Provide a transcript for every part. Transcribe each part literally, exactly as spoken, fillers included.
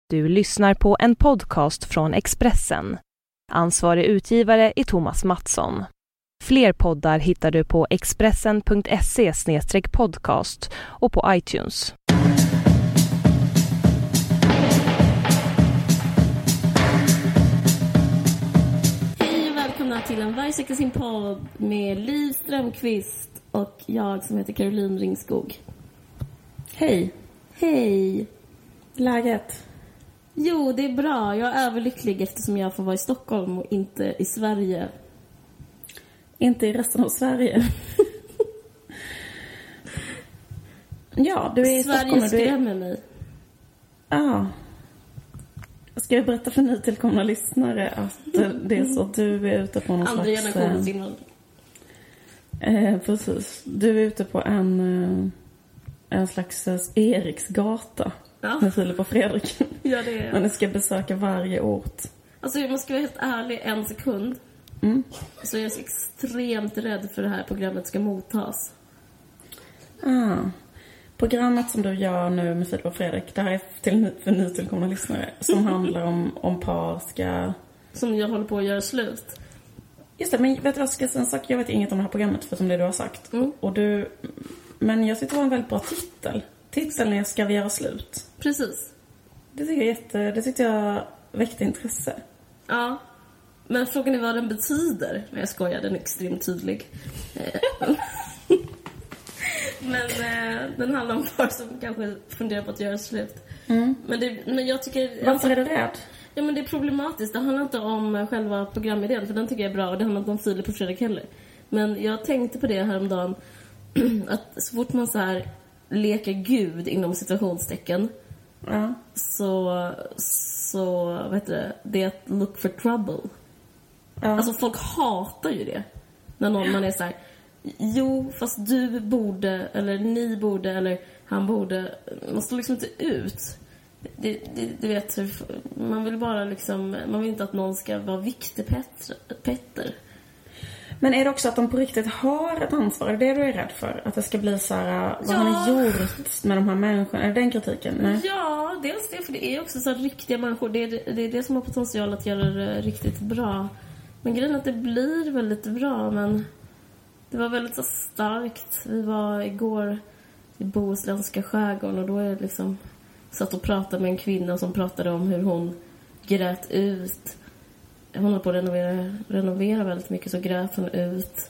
Du lyssnar på en podcast från Expressen. Ansvarig utgivare är Thomas Mattsson. Fler poddar hittar du på expressen punkt se slash podcast och på iTunes. Hej och välkomna till en Varje sin podd med Liv Strömqvist och jag som heter Caroline Ringskog. Hej. Hej. Läget? Jo, det är bra. Jag är överlycklig eftersom jag får vara i Stockholm och inte i Sverige. Inte i resten av Sverige. Ja, du är i Sverige Stockholm. Sverige är... skrämmer mig. Ja. Ah. Ska jag berätta för nytillkomna lyssnare att det är så att du är ute på någon Andra slags... generationens invandring. Eh, precis. Du är ute på en, en slags Eriksgata. Ja. Med Filip och Fredrik. Ja, det är. Men ni ska besöka varje ort. Alltså, jag måste vara helt ärlig en sekund. Mm. Så jag är så extremt rädd för det här programmet ska mottas. Ah. Programmet som du gör nu med Filip och Fredrik, det här är till, för nytillkomna lyssnare, som handlar om, om par ska... Som jag håller på att göra slut. Just det, men vet du vad jag ska säga en sak? Jag vet inget om det här programmet förutom det du har sagt. Mm. Och du... Men jag tyckte det var en väldigt bra titel. Titeln är Ska vi göra slut? Precis. Det tycker jag jätte... Det tyckte jag väckte intresse. Ja. Men frågan är vad den betyder. Men jag skojar, den är extremt tydlig. Men eh, den handlar om par som kanske funderar på att göra slut. Mm. Men, det, men jag tycker... Varför är du rädd? Ja, men det är problematiskt. Det handlar inte om själva programidén, för den tycker jag är bra. Och det handlar inte om Filip och Fredrik heller. Men jag tänkte på det häromdagen. Att så fort man så här leker Gud inom situationstecken. Ja. Så, så vad heter det? Det är att look for trouble. Ja. Alltså folk hatar ju det. När någon man är så här, jo, fast du borde, eller ni borde, eller han borde. Man står liksom inte ut. Det, det, du vet, man vill bara liksom, man vill inte att någon ska vara viktig Petter. Men är det också att de på riktigt har ett ansvar? Är det det du är rädd för? Att det ska bli så här, vad Ja. har ni gjort med de här människorna? Är det den kritiken? Nej. Ja, dels det, för det är också så här riktiga människor. Det är det, det är det som har potential att göra det riktigt bra. Men grejen är att det blir väldigt bra, men det var väldigt så starkt. Vi var igår i Bohuslänska skärgården och då är det liksom satt och pratade med en kvinna som pratade om hur hon grät ut. Hon håller på att renovera, renovera väldigt mycket, så grät hon ut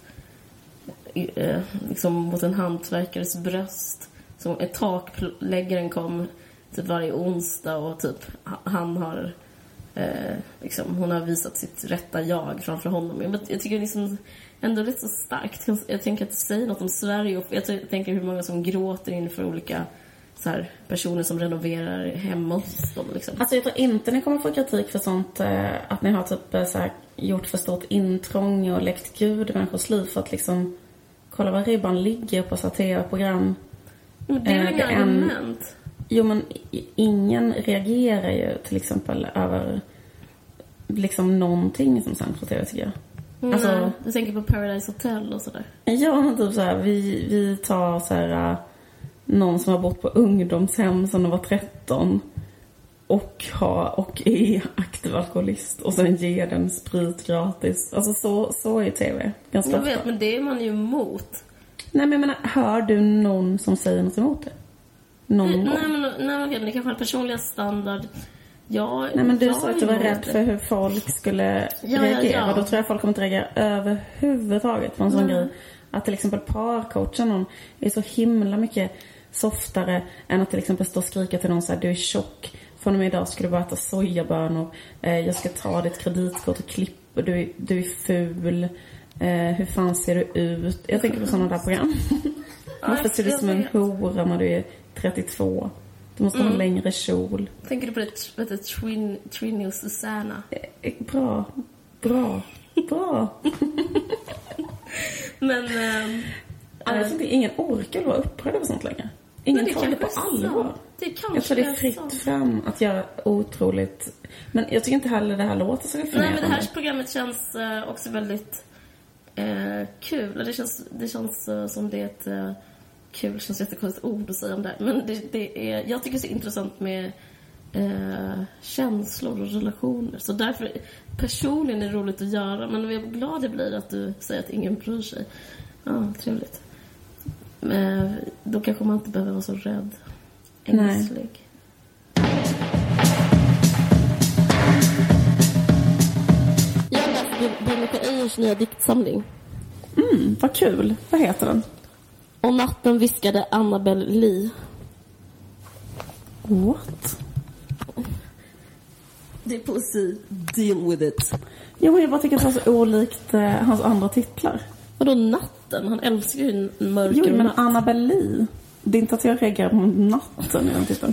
eh, liksom mot en hantverkares bröst. Så ett takläggaren kom typ varje onsdag och typ han har eh, liksom, hon har visat sitt rätta jag framför honom. Jag, jag tycker det är liksom ändå lite så starkt. Jag tänker att säga något om Sverige och jag tänker hur många som gråter inför olika så här, personer som renoverar hemma hos dem liksom. Alltså jag tror inte ni kommer få kritik för sånt eh, att ni har typ eh, så här, gjort för stort intrång och läckt gud i människors liv för att liksom kolla vad ribban ligger på så här tv-program. Men det är eh, inga en... argument. Jo, men ingen reagerar ju till exempel över liksom någonting som sänds på tv, tycker jag. Mm, Alltså, du tänker på Paradise Hotel och sådär. ja, men typ så här, vi, vi tar så här uh, någon som har bott på ungdomshem sedan de var tretton och, har, och är aktiv alkoholist och sen ger den sprit gratis. Alltså så, så är tv ganska Jag ofta. vet, men det är man ju emot. Nej, men jag menar, hör du någon som säger något emot det? Någon Nej, gång? nej, men, nej, men det kanske är personliga standard. Jag, Nej, men du jag sa att är du var emot rädd det. för hur folk skulle Ja, reagera. ja, ja. Då tror jag folk kommer inte reagera överhuvudtaget på en sån Mm. grej. Att till exempel parcoachen någon är så himla mycket softare än att till exempel stå och skrika till någon så här: du är tjock. Från och med idag ska du bara äta sojabönor. Eh, jag ska ta ditt kreditkort och klippa. Du är, du är ful. Eh, hur fan ser du ut? Jag tänker på sådana där program. Varför ser du ut som en hora när du är trettiotvå? Du måste ha en längre kjol. Tänker du på det, vet du, Trin, Trini och Susanna? Eh, Bra. Bra. Bra. Men ähm, Alltså, det är ingen orkar vara upprörd över sånt längre. Ingen det tar det på kanske är allvar. sant. Det kanske Jag tror det är är fritt sant. fram att göra otroligt. Men jag tycker inte heller det här låter så Nej, raffinerande. men det här programmet känns eh, också väldigt eh, kul. Det känns, det känns eh, som det är ett eh, kul, känns jättekonstigt ord att säga om det. Men det, det är, jag tycker det är så intressant med eh, känslor och relationer. Så därför personligen är det roligt att göra. Men jag är glad det blir att du säger att ingen bryr sig. Ja, trevligt. Men då kanske man inte behöver vara så rädd. Ängslig. Jag har läst Veronica Eijers nya diktsamling. Mm, vad kul. Vad heter den? Och natten viskade Annabelle Lee. What? Det är poesi. Deal with it. Jo, men jag bara tycker att det var så olikt eh, hans andra titlar. Vadå natten? Han älskar ju en mörker Jo, men natt. Annabelle Lee. Det är inte att jag reagerar på natten i den titeln.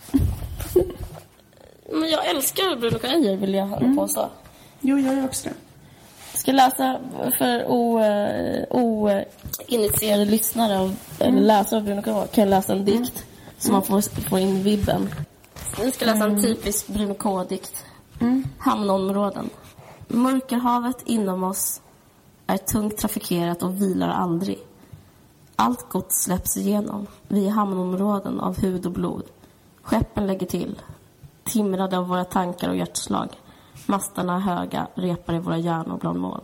Men jag älskar Veronica Eijer, vill jag mm. påstå. Jo, jag gör också det. Jag ska läsa för oinitierade o, lyssnare av, mm. eller läsare av Veronica kan jag läsa en dikt mm. så man får, får in vibben. Jag ska läsa en mm. typisk Veronica-dikt. Mm. Hamnområden. Mörkerhavet inom oss är tungt trafikerat och vilar aldrig. Allt gott släpps igenom. Vi är hamnområden av hud och blod. Skeppen lägger till. Timrade av våra tankar och hjärtslag. Mastarna är höga, repar i våra hjärnor bland moln.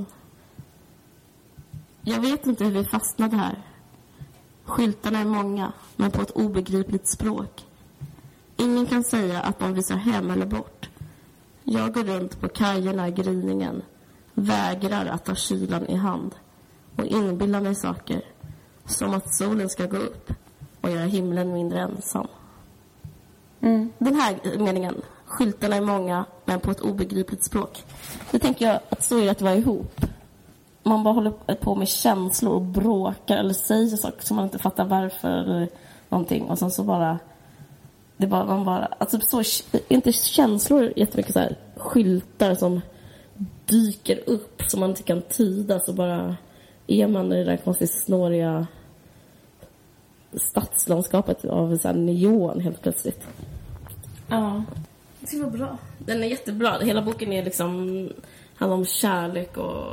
Jag vet inte hur vi fastnade här. Skyltarna är många, men på ett obegripligt språk. Ingen kan säga att de visar hem eller bort. Jag går runt på kajerna i gryningen. Vägrar att ta kylan i hand. Och inbillar mig saker. Som att solen ska gå upp och göra himlen mindre ensam. Mm. Den här meningen. Skyltarna är många, men på ett obegripligt språk. Det tänker jag att så är det att vara ihop. Man bara håller på med känslor och bråkar eller säger saker som man inte fattar varför eller någonting. Och sen så bara... Det bara, man bara... Alltså så, inte känslor jättemycket så här skyltar som dyker upp som man inte kan tyda. Så bara är man i det där konstigt snåriga stadslandskapet av så här neon helt plötsligt. Ja. Det var bra. Den är jättebra. Hela boken är liksom handlar om kärlek och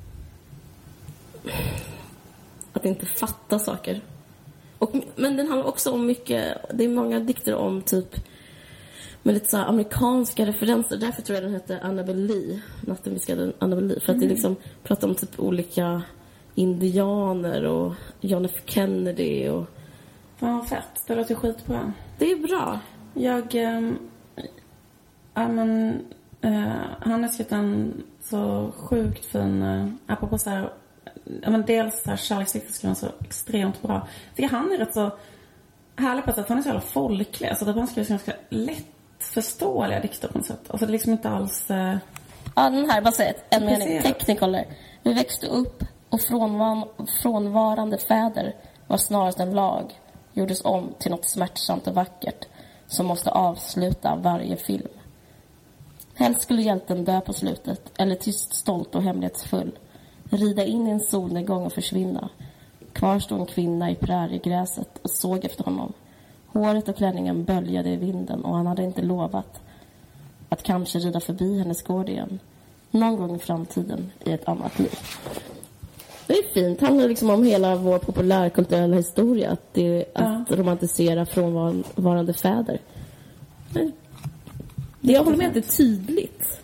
att inte fatta saker. Och, men den handlar också om mycket, det är många dikter om typ med lite så här amerikanska referenser. Därför tror jag den heter Annabelle Lee. Natten viskade Annabelle Lee. För att mm. det liksom pratar om typ olika indianer och John F. Kennedy och... Fan, fett. Det låter skitbra. Det är bra. Jag... Ähm... Ja, men uh, han har skrivit en så sjukt fin uh, apropå så här, ja, men dels så här kärleksdikter skriver han så extremt bra. För han är rätt så härlig på att han är så jävla folklig. Alltså det han skriver så ganska lätt förståeliga dikter på något sätt. Alltså det är liksom inte alls uh, ja, den här, bara säg en mening. Technicolor. Vi växte upp och frånvan, frånvarande fäder var snarast en lag. Gjordes om till något smärtsamt och vackert som måste avsluta varje film. Helst skulle hjälten dö på slutet, eller tyst, stolt och hemlighetsfull. Rida in i en solnedgång och försvinna. Kvar stod en kvinna i präriegräset och såg efter honom. Håret och klänningen böljade i vinden och han hade inte lovat att kanske rida förbi hennes gård igen. Någon gång i framtiden i ett annat liv. Det är fint. Det handlar liksom om hela vår populärkulturella historia. Att, det, ja. att romantisera frånvarande fäder. Men det jag håller med att det är tydligt.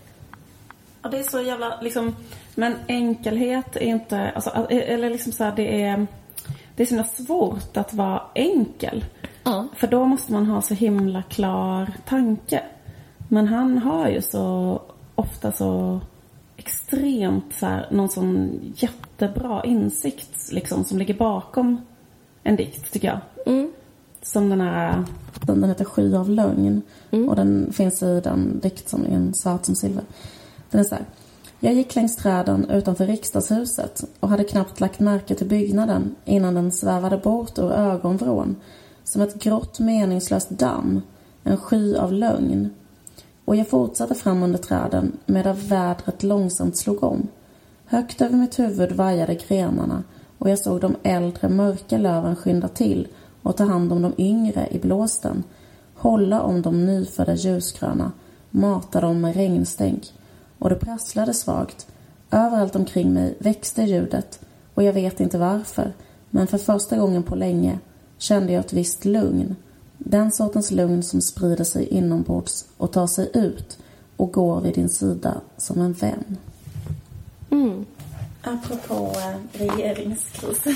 Ja, det är så jävla liksom, men enkelhet är inte alltså, eller liksom så här, det är det är så svårt att vara enkel. Ja. För då måste man ha så himla klar tanke. Men han har ju så ofta så extremt så här, någon sån jättebra insikt liksom som ligger bakom en dikt, tycker jag. Mm. Som den här... Den heter Sky av lögn. Mm. Och den finns i den diktsamlingen Svart som silver. Den är så här. Jag gick längs träden utanför riksdagshuset och hade knappt lagt märke till byggnaden innan den svävade bort ur ögonvrån. Som ett grått meningslöst damm. En sky av lögn. Och jag fortsatte fram under träden medan vädret långsamt slog om. Högt över mitt huvud vajade grenarna och jag såg de äldre mörka löven skynda till och ta hand om de yngre i blåsten. Hålla om de nyfödda ljusgröna, mata dem med regnstänk. Och det prasslade svagt. Överallt omkring mig växte ljudet och jag vet inte varför. Men för första gången på länge kände jag ett visst lugn Den sortens lugn som sprider sig inombords och tar sig ut och går vid din sida som en vän. Mm. Apropå eh, regeringskrisen.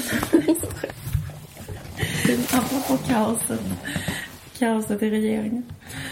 Apropå kaoset. Kaoset i regeringen.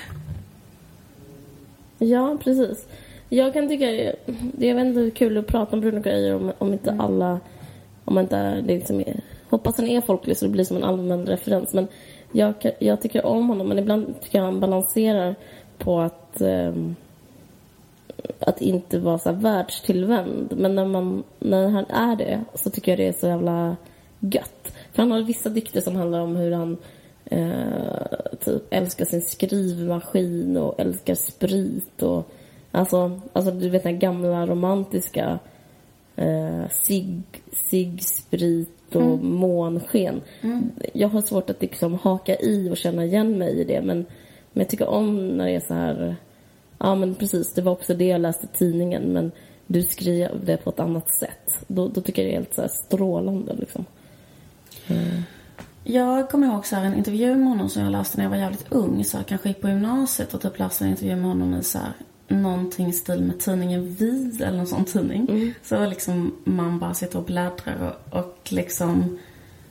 Ja, precis. Jag kan tycka det är väldigt kul att prata om Bruno Greijer om, om inte Mm. alla, om man inte liksom är, hoppas den är folklig så det blir som en allmän referens. Men jag, jag tycker om honom, men ibland tycker jag han balanserar på att um, att inte vara så här världstillvänd. Men när, man, när han är det så tycker jag det är så jävla gött. För han har vissa dikter som handlar om hur han eh, typ älskar sin skrivmaskin och älskar sprit och alltså, alltså du vet den gamla romantiska eh, sig, sig, sprit och mm. månsken. Mm. Jag har svårt att liksom haka i och känna igen mig i det, men, men jag tycker om när det är så här. Ja, men precis, det var också det jag läste i tidningen, men du skrev det på ett annat sätt. Då, då tycker jag det är helt så här strålande liksom. Mm. Jag kommer ihåg så här en intervju med honom som jag läste när jag var jävligt ung, så här, kanske gick på gymnasiet och typ läste en intervju med honom i så här någonting i stil med tidningen Vi eller någon sån tidning. Mm. Så liksom man bara sitter och bläddrar och, och liksom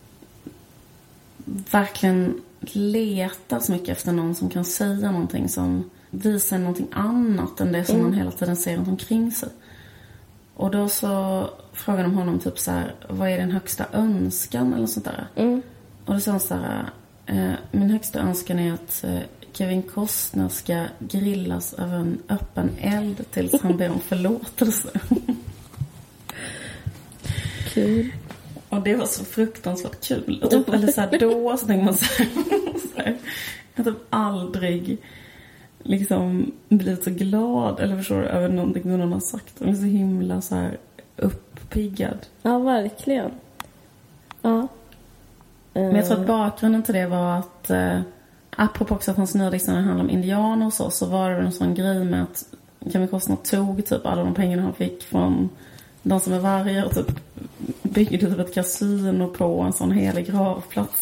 verkligen letar så mycket efter någon som kan säga någonting som visar någonting annat än det som mm. man hela tiden ser runt omkring sig. Och då så frågade de honom typ så här: vad är din högsta önskan eller sånt där? Mm. Och då sa han så här: eh, min högsta önskan är att eh, Kevin Costner ska grillas över en öppen eld tills han ber om förlåtelse. Kul. Och det var så fruktansvärt kul. Och typ, eller så här, då så tänkte man så här, så här, jag har typ aldrig liksom blivit så glad eller förstår du, över någonting någon har sagt. Och är så himla så här uppiggad. Ja, verkligen. Ja. Men jag tror att bakgrunden till det var att eh, apropå också att hans nya dikter handlar om indianer och så, så var det en sån grej med att Kevin Costner tog typ alla de pengarna han fick från de som är vargar och typ byggde typ ett kasino på en sån helig gravplats.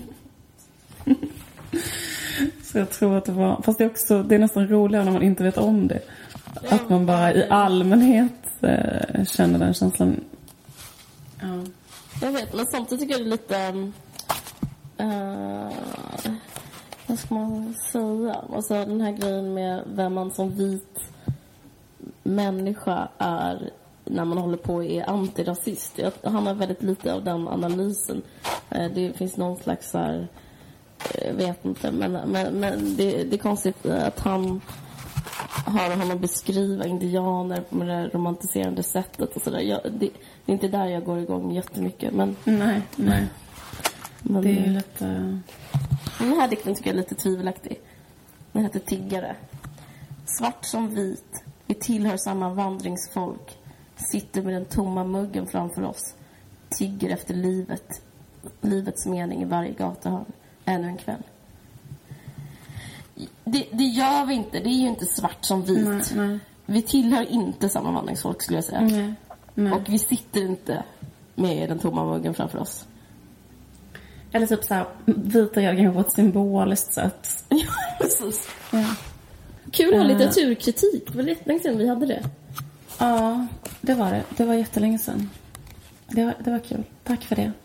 Så jag tror att det var, fast det är också, det är nästan roligare när man inte vet om det. Att man bara i allmänhet eh, känner den känslan. Ja. Jag vet, men samtidigt tycker jag det är lite uh, vad ska man säga? Alltså den här grejen med vem man som vit människa är när man håller på och är antirasist. Han har väldigt lite av den analysen. Det finns någon slags så här, jag vet inte, men, men, men det, det är konstigt att han har honom beskriva indianer på det romantiserande sättet och sådär. Jag, det, det är inte där jag går igång jättemycket, men nej, nej. Men, det är ju lite. Den här dikten tycker jag är lite tvivelaktig. Den heter Tiggare. Svart som vit, vi tillhör samma vandringsfolk. Sitter med den tomma muggen framför oss. Tigger efter livet. Livets mening i varje gatahörn. Ännu en kväll. Det, det gör vi inte. Det är ju inte svart som vit. Nej, nej. Vi tillhör inte samma vandringsfolk, skulle jag säga. Nej, nej. Och vi sitter inte med den tomma muggen framför oss. Eller typ så här, vita jag på ett symboliskt sätt. Ja, precis. Ja. Kul att ha litteraturkritik. Det var länge sedan vi hade det. Ja, det var det. Det var jättelänge sedan. Det var, det var kul. Tack för det.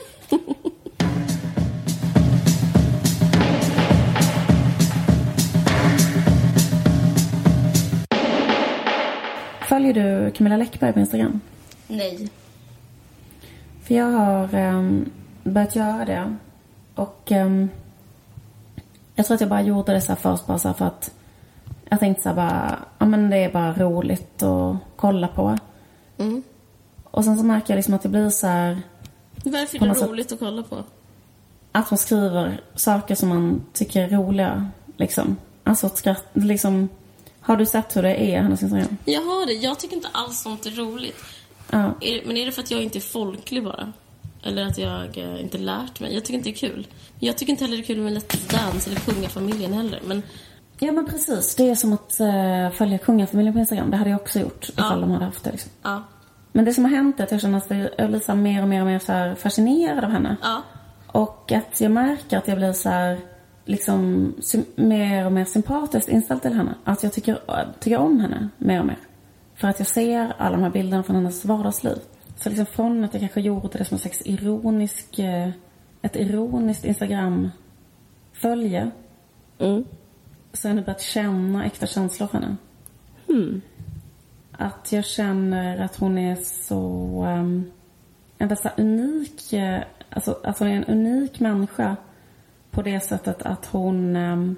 Följer du Camilla Läckberg på Instagram? Nej. För jag har um, börjat göra det. Och um, jag tror att jag bara gjorde det så här först bara så här för att jag tänkte så här bara, ja men det är bara roligt att kolla på. Mm. Och sen så märker jag liksom att det blir så här. Varför är det roligt sätt, att kolla på? Att man skriver saker som man tycker är roliga, liksom. Alltså att skratt, liksom. Har du sett hur det är, hennes Instagram? Jag har det. Jag tycker inte alls sånt är roligt. Ja. Är, men är det för att jag inte är folklig bara? Eller att jag eh, inte lärt mig? Jag tycker inte det är kul. Jag tycker inte heller det är kul med Let's Dance eller Kungafamiljen heller. Men... Ja, men precis. Det är som att uh, följa Kungafamiljen på Instagram. Det hade jag också gjort ifall ja. de hade haft det. Liksom. Ja. Men det som har hänt är att jag känner att jag blir så mer och mer och mer så här fascinerad av henne. Ja. Och att jag märker att jag blir så här liksom sy- mer och mer sympatiskt inställd till henne. Att jag tycker, tycker om henne mer och mer. För att jag ser alla de här bilderna från hennes vardagsliv. Så liksom från att jag kanske gjorde det som en slags ironisk, ett ironiskt Instagram-följe. Mm. Så har jag nu börjat känna äkta känslor för henne. Mm. Att jag känner att hon är så um, en dessa unik, alltså att hon är en unik människa på det sättet att hon um,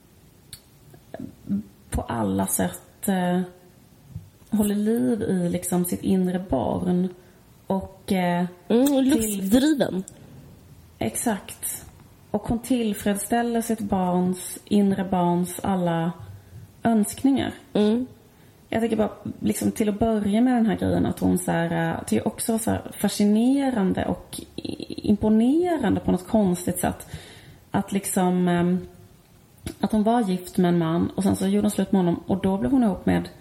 på alla sätt uh, håller liv i liksom sitt inre barn och uh, mm, lustdriven. Exakt. Och hon tillfredsställer sitt barns, inre barns alla önskningar. Mm. Jag tycker bara liksom till att börja med den här grejen att hon så här, tycker också var så här fascinerande och imponerande på något konstigt sätt. Att liksom att hon var gift med en man och sen så gjorde hon slut med honom och då blev hon ihop med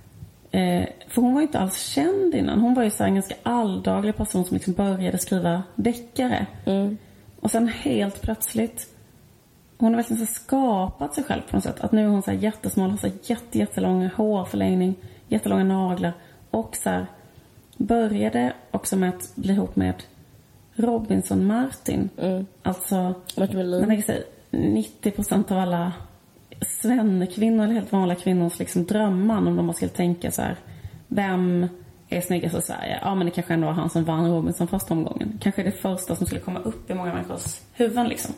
eh, för hon var ju inte alls känd innan. Hon var ju så här en ganska alldaglig person som liksom började skriva deckare. Mm. Och sen helt plötsligt hon har verkligen så skapat sig själv på något sätt. Att nu är hon så här jättesmal, har så jätte, jättelånga hårförlängning, jättelånga naglar. Och så här började också med att bli ihop med Robinson Martin. Mm. Alltså, Martin man tänker sig nittio procent av alla svennekvinnor eller helt vanliga kvinnors liksom drömmar om de skulle tänka så här, vem är snyggast i Sverige? Ja, men det kanske ändå var han som vann Robinson första omgången. Kanske det första som skulle komma upp i många människors huvuden liksom.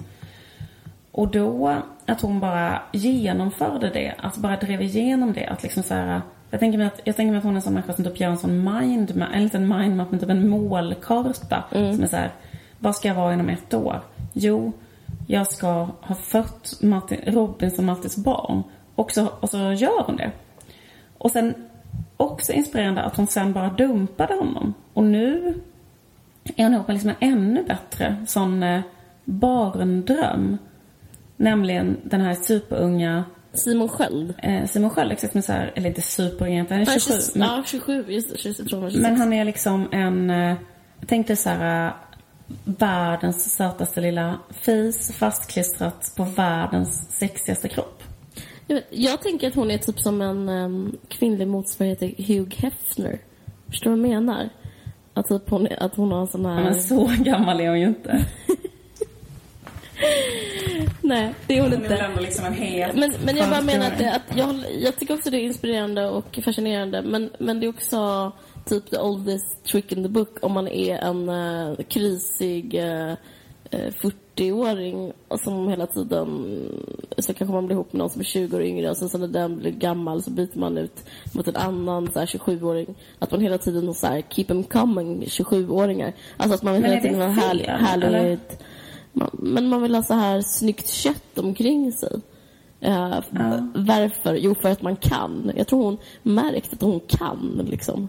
Och då att hon bara genomförde det, att bara drev igenom det, att liksom så här, jag tänker mig att jag tänker mig att hon är en sån människa som typ gör en sån mindmap, en liten mindmap med typ en målkarta mm. som är så här, vad ska jag vara inom ett år? Jo, jag ska ha fött Martin, Robinson Martins barn och så, och så gör hon det. Och sen också inspirerande att hon sen bara dumpade honom. Och nu är hon ihop med liksom en ännu bättre sån eh, barndröm. Nämligen den här superunga Simon Sköld. Eh, Simon Sköld, exakt med så här, eller inte superunga, han är tjugosju. Men, ja, tjugosju, just det. tjugosju, tror jag, men han är liksom en, eh, jag tänkte så här, eh, världens sötaste lilla fis fastklistrat på världens sexigaste kropp. Jag, vet, jag tänker att hon är typ som en um, kvinnlig motsvarighet till Hugh Hefner. Förstår du vad jag menar? Att, typ hon, att hon har en sån här... Ja, men så gammal är hon ju inte. Nej, det är hon, hon inte. Är liksom en helt men, men jag bara menar att, det, att jag, jag tycker också det är inspirerande och fascinerande. Men, men det är också typ the oldest trick in the book om man är en uh, krisig uh, fyrtio-åring som hela tiden, så kanske man blir ihop med någon som är tjugo år yngre och sen så när den blir gammal så byter man ut mot en annan så här tjugosju-åring. Att man hela tiden har så här keep them coming tjugosju-åringar. Alltså att man hela tiden har härlig, härlighet. Men man vill ha så här snyggt kött omkring sig. Uh, ja. Varför? Jo, för att man kan. Jag tror hon märkt att hon kan liksom.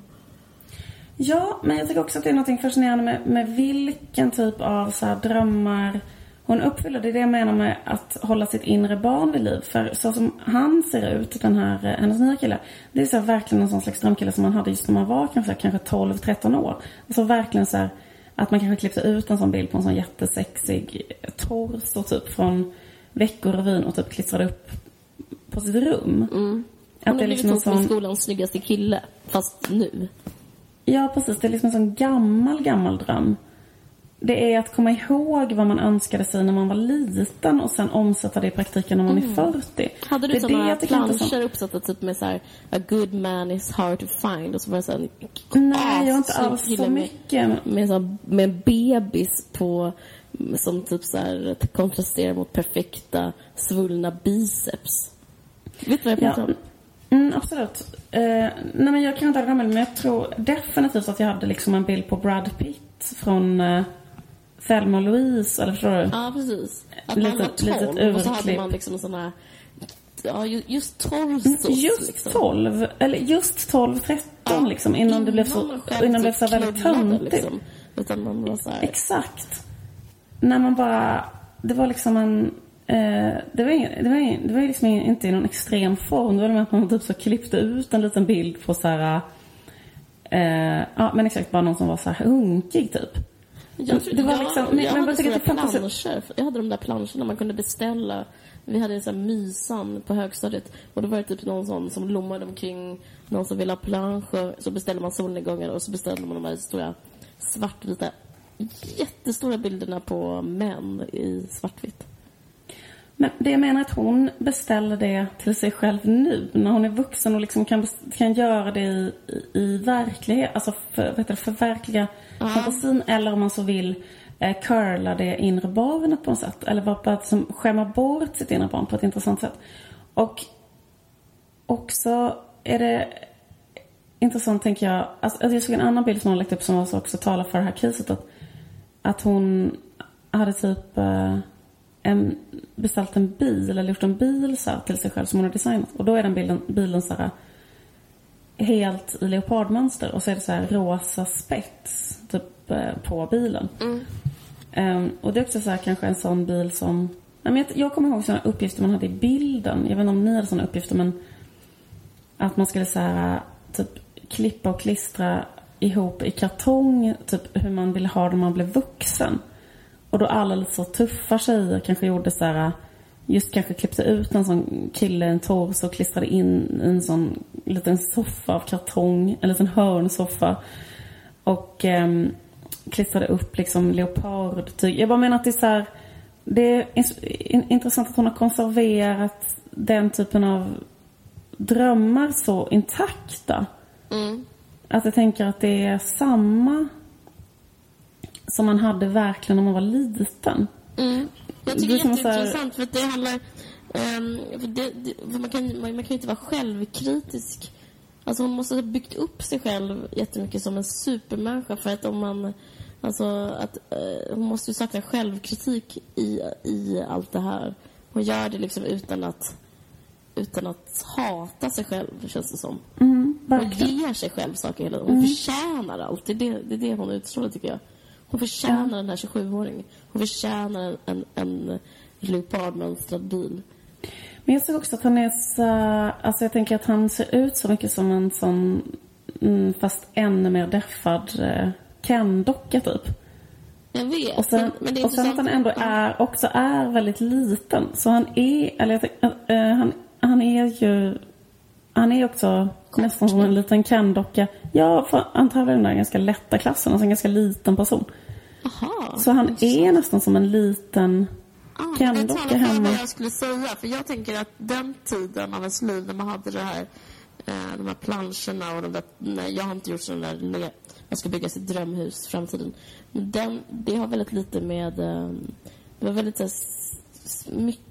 Ja, men jag tycker också att det är något fascinerande med, med vilken typ av så här drömmar hon uppfyller. Det är det jag menar med att hålla sitt inre barn vid liv. För så som han ser ut, den här, hennes nya kille, det är så här verkligen en sån slags drömkille som man hade just när man var kanske, kanske tolv tretton år. Alltså verkligen så här, att man kanske klippte ut en sån bild på en sån jättesexig torso typ från Veckorevyn och typ klistrade upp på sitt rum. Mm. Att hon har blivit ihop med skolans snyggaste kille, fast nu. Ja, precis. Det är liksom en sån gammal, gammal dröm. Det är att komma ihåg vad man önskade sig när man var liten och sen omsätta det i praktiken när man mm. är fyrtio. Hade du sådana planscher uppsatta typ med så här, a good man is hard to find och så var det så här, nej, jag har inte alls så mycket. Med, med, så, med en bebis på som typ så här kontrasterar mot perfekta svullna biceps. Vet du vad jag pratar ja. om? Mm, absolut. Eh, nej, men jag kan inte ha men jag tror definitivt att jag hade liksom en bild på Brad Pitt från eh, Thelma och Louise, eller förstår du? Ja, precis. Att litet, man var tolv och så hade man liksom en sån här, ja, just tolv sås, just liksom. tolv, eller just tolv tretton ja, liksom, innan, innan det blev så, innan det blev så väldigt töntigt. Liksom. Utan man var så här... Exakt. När man bara, det var liksom en Eh, det var, ingen, det var, ingen, det var liksom inte i någon extrem form. Det var med att man typ så klippte ut en liten bild på så här, eh, ja men exakt bara någon som var så här hunkig typ. Jag, tror, det var jag, liksom, jag, men, jag men hade jag sådana planscher. Jag hade de där planscherna man kunde beställa. Vi hade en sån här mysan på högstadiet. Och då var det typ någon sån som lommade omkring. Någon som ville ha planscher. Så beställde man solnedgångar. Och så beställde man de här stora svartvita, jättestora bilderna på män i svartvitt. Men det jag menar är att hon beställer det till sig själv nu. När hon är vuxen och liksom kan, kan göra det i, i, i verklighet. Alltså för, vet du, förverkliga uh-huh. fantasin. Eller om man så vill eh, curla det inre barnet på något sätt. Eller bara att som, skämma bort sitt inre barn på ett intressant sätt. Och också är det intressant, tänker jag. Alltså, jag såg en annan bild som hon lagt upp som också talar för det här kriset. Att, att hon hade typ... Eh, En, beställt en bil eller gjort en bil så här, till sig själv som hon har designat. Och då är den bilen, bilen så här, helt i leopardmönster. Och så är det så här rosa spets typ, eh, på bilen. Mm. Um, och det är också så här, kanske en sån bil som... Nej, men jag, jag kommer ihåg sådana uppgifter man hade i bilden. Jag vet inte om ni hade sådana uppgifter, men att man skulle så här, typ klippa och klistra ihop i kartong typ hur man ville ha det när man blev vuxen. Och då alla lite så tuffa tjejer kanske gjorde så här, just kanske klippte ut en sån kille, en tors, och klistrade in en sån liten soffa av kartong, en liten hörnsoffa. Och eh, klistrade upp liksom leopardtyg. Jag bara menar att det är så här, det är intressant att hon har konserverat den typen av drömmar så intakta. Mm. Att jag tänker att det är samma som man hade verkligen när man var liten. Mm. Jag tycker det är jätteintressant, för att det handlar um, för det, det, för man, kan, man, man kan ju inte vara självkritisk. Alltså hon måste ha byggt upp sig själv jättemycket som en supermänniska, för att om man alltså att uh, hon måste ju sakna självkritik i, i allt det här. Hon gör det liksom utan att utan att hata sig själv, känns det som. Mm, hon ger sig själv saker hela tiden. Hon mm. förtjänar allt. Det är det, det är det hon utstrålar, tycker jag. Hon förtjänar ja. den här tjugosjuåringen. Hon förtjänar en, en leopardmönstrad bil. Men jag ser också att han är så... Alltså jag tänker att han ser ut så mycket som en sån... Fast ännu mer deffad eh, Ken-docka typ. Jag vet. Och sen, men, men det är och sen att han ändå är, också är väldigt liten. Så han är... Eller jag tänker, äh, han, han är ju... Han är också Kort. nästan som en liten Ken-docka. Ja, för antagligen den ganska lätta klassen. Alltså en ganska liten person. Aha, så han är nästan som en liten ah, Ken-docka hemma. Vad jag skulle säga. För jag tänker att den tiden av ens liv när man hade det här, eh, de här planscherna och de där... Nej, jag har inte gjort sådana där... Med, man ska bygga sitt drömhus i framtiden. Men den, det har väldigt lite med... Eh, det var väldigt så här, mycket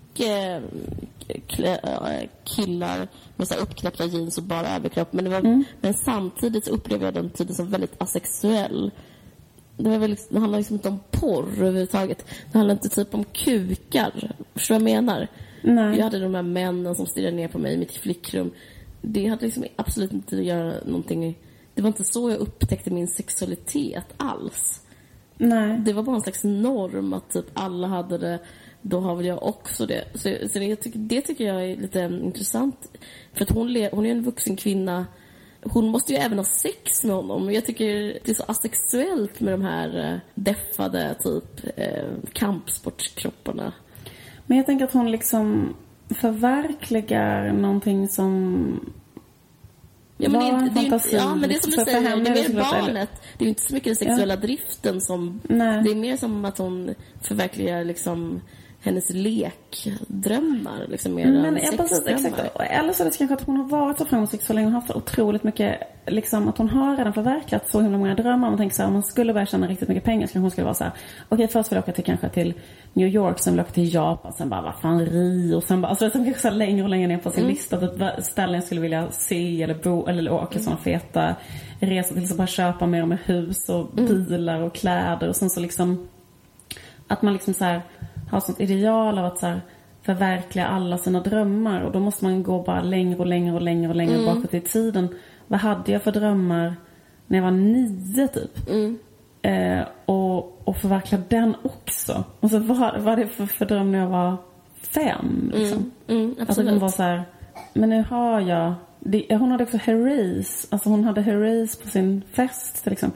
killar med så här uppknäppta jeans och bara överkropp, men det var mm. men samtidigt upplevde jag den tiden som väldigt asexuell. Det var väldigt, det handlar liksom inte om porr överhuvudtaget. Det handlar inte typ om kukar. Förstår vad jag menar? Nej. Jag hade de här männen som stirrade ner på mig i mitt flickrum. Det hade liksom absolut inte att göra någonting. Det var inte så jag upptäckte min sexualitet alls. Nej. Det var bara en slags norm att typ alla hade det. Då har väl jag också det. Så, så det, jag tycker, det tycker jag är lite intressant. För att hon, le, hon är en vuxen kvinna. Hon måste ju även ha sex med honom. Jag tycker det är så asexuellt med de här deffade typ eh, kampsportskropparna. Men jag tänker att hon liksom förverkligar någonting som... Ja, men det är, inte, det är inte, ja, men det är som du säger, det är mer barnet. Det är inte så mycket den sexuella ja. driften som... Nej. Det är mer som att hon förverkligar liksom hennes lekdrömmar. Liksom mer men ja, precis, exakt. Eller så är det kanske att hon har varit så framgångsrik så länge och haft så otroligt mycket... Liksom, att hon har redan förverkligat så himla många drömmar. Man tänker så här, om man skulle börja tjäna riktigt mycket pengar så kanske hon skulle vara så här... Okej, först vill jag åka till, kanske till New York, sen vill jag åka till Japan, sen bara, vad fan, Rio, sen bara... Alltså det är kanske så längre och längre ner på sin mm. lista. Att ställen jag skulle vilja se eller bo eller åka mm. sådana feta resor till, så bara köpa mer med hus och mm. bilar och kläder. Och sen så liksom... Att man liksom så här... har sånt ideal av att så här, förverkliga alla sina drömmar. Och då måste man gå bara längre och längre och längre och längre mm. bakåt i tiden. Vad hade jag för drömmar när jag var nio typ? Mm. Eh, och, och förverkliga den också. Och så vad var det för, för dröm när jag var fem? Liksom. Mm. Mm, alltså hon var så här, men nu har jag... Det, hon hade också Herreys. Alltså hon hade Herreys på sin fest till exempel.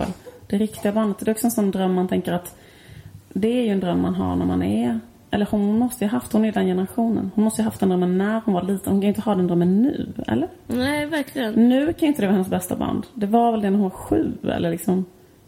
det riktiga barnet. Det är också en sån dröm man tänker att det är ju en dröm man har när man är, eller hon måste ju ha haft, hon är den generationen. Hon måste ju ha haft den drömmen när hon var liten. Hon kan ju inte ha den drömmen nu, eller? Nej, verkligen. Nu kan inte det vara hennes bästa band. Det var väl det när hon var sju, eller liksom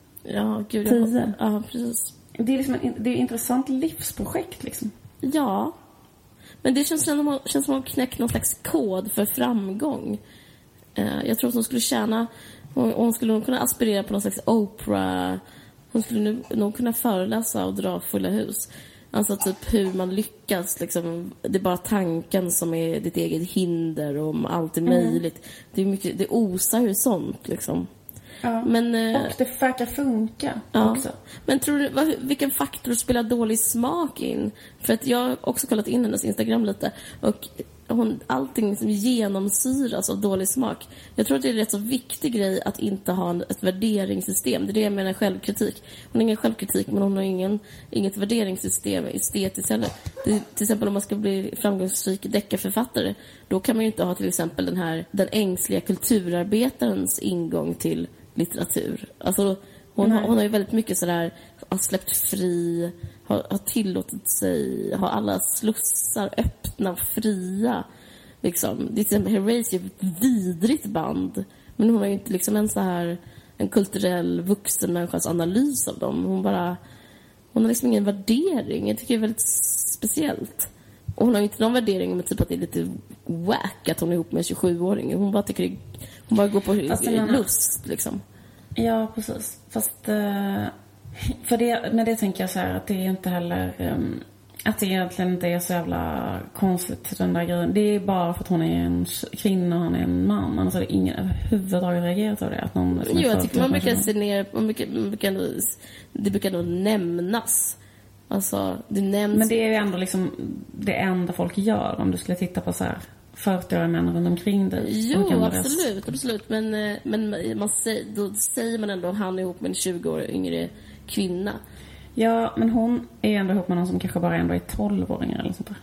ja, gud, tio. Jag, ja, precis. Det är liksom en, det är ett intressant livsprojekt liksom. Ja. Men det känns som att hon, hon knäckt någon slags kod för framgång. Uh, jag tror att hon skulle tjäna, hon, hon skulle nog kunna aspirera på någon slags Oprah. Hon skulle nog kunna föreläsa och dra fulla hus. Alltså typ hur man lyckas liksom, det är bara tanken som är ditt eget hinder och om allt är möjligt. Mm. Det är mycket, det osar ju sånt liksom. Ja. Men, eh, och det verkar funka ja. också. Men tror du, vad, vilken faktor spelar dålig smak in? För att jag har också kollat in hennes Instagram lite och hon, allting liksom genomsyras av dålig smak. Jag tror att det är en rätt så viktig grej att inte ha en, ett värderingssystem. Det är det jag menar självkritik. Hon har ingen självkritik, men hon har ingen, inget värderingssystem estetiskt heller. Det, till exempel om man ska bli framgångsrik deckarförfattare, då kan man ju inte ha till exempel den här den ängsliga kulturarbetarens ingång till litteratur. Alltså hon, har, hon har ju väldigt mycket sådär, har släppt fri, har, har tillåtit sig, har alla slussar öppna, fria liksom. Det är till exempel Herreys är ett vidrigt band, men hon har ju inte liksom en så här en kulturell vuxen människas analys av dem. Hon bara, hon har liksom ingen värdering. Jag tycker det är väldigt speciellt. Och hon har ju inte någon värdering med typ att det är lite wack att hon är ihop med en tjugosjuåring. Hon bara tycker det, hon bara går på lust liksom. Ja, precis. Fast uh, för det, med det tänker jag så här att det är inte heller um, att det egentligen inte är så jävla konstigt den där grejen. Det är bara för att hon är en kvinna och han är en man. Annars är det ingen överhuvudtaget reagerat av det. Att någon jo, jag tycker man brukar se ner, man brukar, man brukar, det brukar nog nämnas. Alltså, det nämns. Men det är ju ändå liksom det enda folk gör om du skulle titta på så här fyrtioåriga män runt omkring dig. Jo, absolut, absolut. Men, men man säger, då säger man ändå att han är ihop med en tjugo år yngre kvinna. Ja, men hon är ändå ihop med någon som kanske bara ändå är tolv-åringar eller sånt där.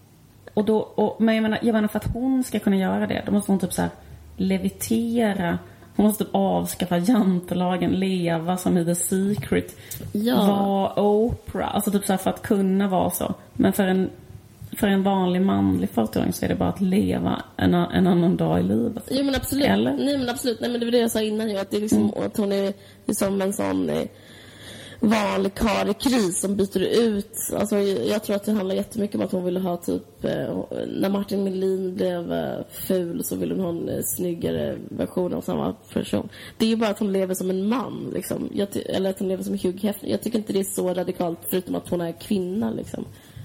Och då, och, men jag menar, jag menar för att hon ska kunna göra det, då måste hon typ så här levitera. Hon måste typ avskaffa jantelagen, leva som i The Secret. Ja. Vara Oprah. Alltså typ så här för att kunna vara så. Men för en För en vanlig manlig fyrtioåring så är det bara att leva en, en annan dag i livet. Jo, men absolut. Eller? Nej, men absolut. Nej, men det var det jag sa innan ju, att det är liksom, mm. att hon är liksom en sån eh, vanlig karl i kris som byter ut. Alltså, jag tror att det handlar jättemycket om att hon ville ha typ eh, när Martin Melin blev eh, ful så ville hon ha en eh, snyggare version av samma person. Det är ju bara att hon lever som en man liksom. Jag ty- eller att hon lever som Hugh Hefner. Jag tycker inte det är så radikalt, förutom att hon är kvinna liksom.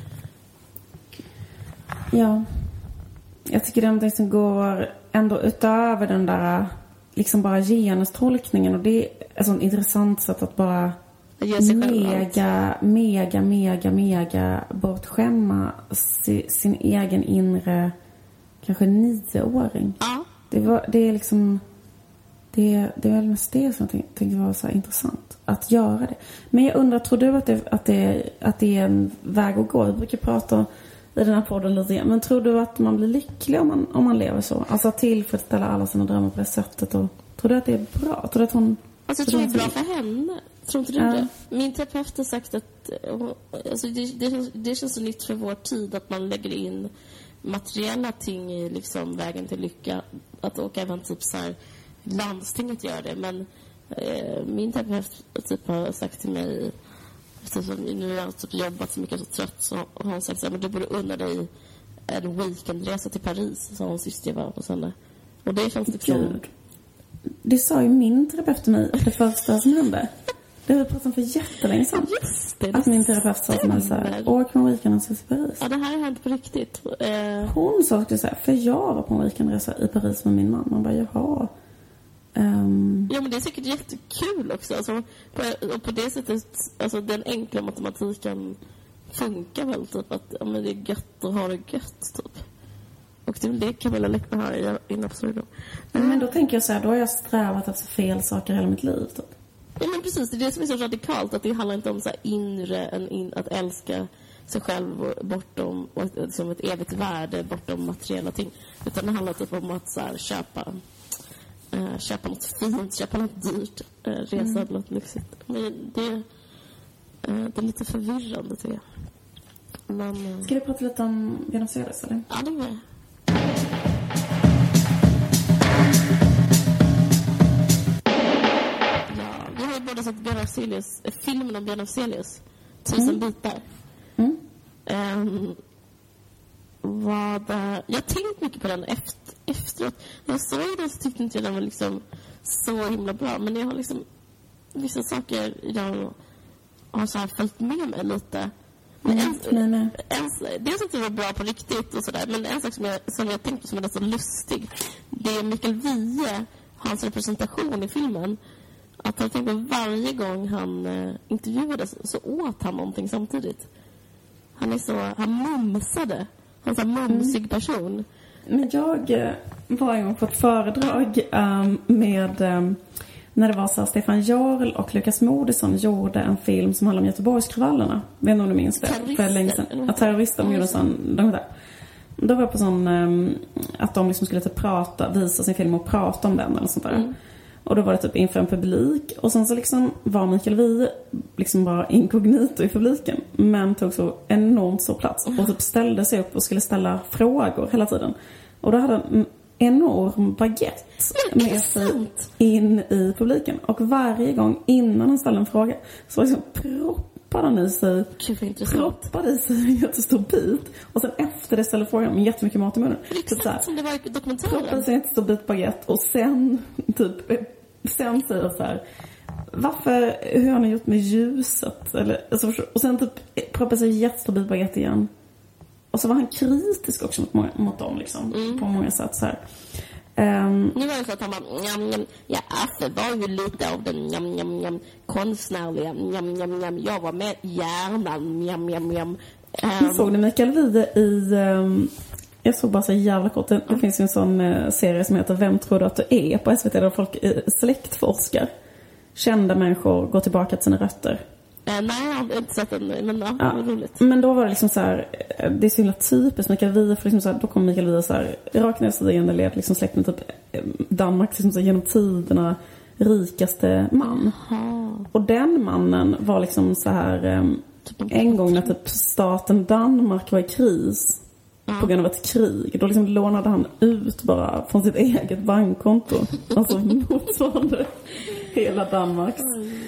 Ja. Jag tycker det är någonting som går ändå utöver den där liksom bara genustolkningen, och det är ett sånt intressant sätt att bara mega, mega, mega, mega bortskämma si, sin egen inre kanske nioåring. Ja. Det, var, det är liksom det, det är väl mest det som jag tänkte var så intressant att göra det. Men jag undrar, tror du att det, att det, att det är en väg att gå? Vi brukar prata i den här podden lite igen. Men tror du att man blir lycklig om man, om man lever så? Alltså att tillfredsställa alla sina drömmar på det sättet. Och, tror du att det är bra? Tror du att hon... Alltså jag tror det är bra för henne. Tror inte du ja. det? Min terapeut har sagt att alltså det, det, känns, det känns så nytt för vår tid att man lägger in materiella ting i liksom vägen till lycka. Att åka även typ så här, landstinget gör det. Men eh, min terapeut typ har sagt till mig, nu har jag typ jobbat så mycket, så trött, så har han sagt så här, men du borde unna dig en weekendresa till Paris, sa hon sist jag var på söndag. Och det känns liksom... Gud. Det sa ju min terapeut till mig det första som hände. Det har vi pratat om för jättelänge sedan. Just det, det att min terapeut sa till mig så här, åk på en weekendresa till Paris. Ja, det här har hänt på riktigt. Eh... Hon sa också så här, för jag var på en weekendresa i Paris med min man. Man bara, jaha. Um... Ja, men det är säkert jättekul också. Alltså, på, och på det sättet, alltså den enkla matematiken funkar väl typ att ja, men det är gött att ha det gött typ. Och det är det Camilla Läckberg har in absurdum. Mm. Men då tänker jag så här, då har jag strävat efter fel saker hela mitt liv typ. Ja, men precis, det är det som är så radikalt, att det handlar inte om så här inre, en in, att älska sig själv bortom, och ett, som ett evigt värde bortom materiella ting, utan det handlar typ om att så här, köpa uh, köpa något fint, köpa något dyrt, uh, resa mm. något lyxigt. Men det, uh, det är lite förvirrande, tycker jag. Men, uh... Ska vi prata lite om Björn Afzelius, eller? Ja, det är Ja, vi har ju båda sett Björn Afzelius, filmen om Björn Afzelius, Tusen mm. bitar. Mm. Um, vad, uh, jag har tänkt mycket på den efter, efteråt. När jag såg den så tyckte inte jag den var liksom så himla bra. Men jag har liksom vissa saker jag har så här följt med mig lite. Men mm, en, med mig. En, dels att det var bra på riktigt och sådär. Men en sak som jag, som jag tänkt på som är så lustig, det är Mikael Wiehe, hans representation i filmen. Att jag tänkte varje gång han uh, intervjuades så åt han någonting samtidigt. Han är så, han mumsade. Han är en mumsig person. Men jag uh, var en gång på ett föredrag um, med um, när det var så här, Stefan Jarl och Lukas Moodysson gjorde en film som handlar om Göteborgskravallerna. Vet inte om du minns det? För länge sedan. Att terrorister gjorde en sån, de där. Då var jag på sån um, att de liksom skulle typ prata, visa sin film och prata om den eller sånt där. Mm. Och då var det typ inför en publik. Och sen så liksom var Mikael Wiehe liksom bara inkognito i publiken. Men tog så enormt så plats. Och typ ställde sig upp och skulle ställa frågor hela tiden. Och då hade han en enorm baguette med sig in i publiken. Och varje gång innan han ställde en fråga så liksom proppade han i sig. Proppade i sig en jättestor bit. Och sen efter det ställde frågan med jättemycket mat i munnen. Exakt så här, som det var i dokumentären. Proppade i sig en jättestor bit baguette. Och sen typ... Sen säger så här, varför, hur har ni gjort med ljuset? Eller, alltså, och sen typ proppade sig jättestor bit baguette igen. Och så var han kritisk också mot, många, mot dem liksom, mm. på många sätt så här. Um, nu var det så att han bara, njam, njam, ja, Affe var ju lite av den njam, njam, njam, konstnärliga, njam, njam, njam, jag var med hjärnan, njam, njam, njam. Um, såg ni Mikael Wiehe i... Um, jag såg bara så jävla kort. Det mm. finns ju en sån uh, serie som heter Vem tror du att du är? På S V T där folk uh, släktforskar. Kända människor går tillbaka till sina rötter. Uh, nej, jag har inte sett den. Men ja, ja. Det var roligt. Men då var det liksom så här, det är så himla typiskt Mikael Wiehe, för liksom så här, då kommer Mikael Wiehe så här, rakt ner stigande led, liksom släkten typ Danmark liksom så här, genom tiderna rikaste man. Aha. Och den mannen var liksom så här um, en gång när typ staten Danmark var i kris. Mm. På grund av ett krig. Då liksom lånade han ut bara från sitt eget bankkonto. Alltså motsvarande hela Danmarks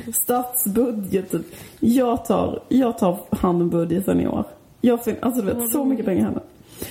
statsbudget. Jag tar, jag tar hand om budgeten i år. Jag fin- alltså du vet, så mycket pengar henne.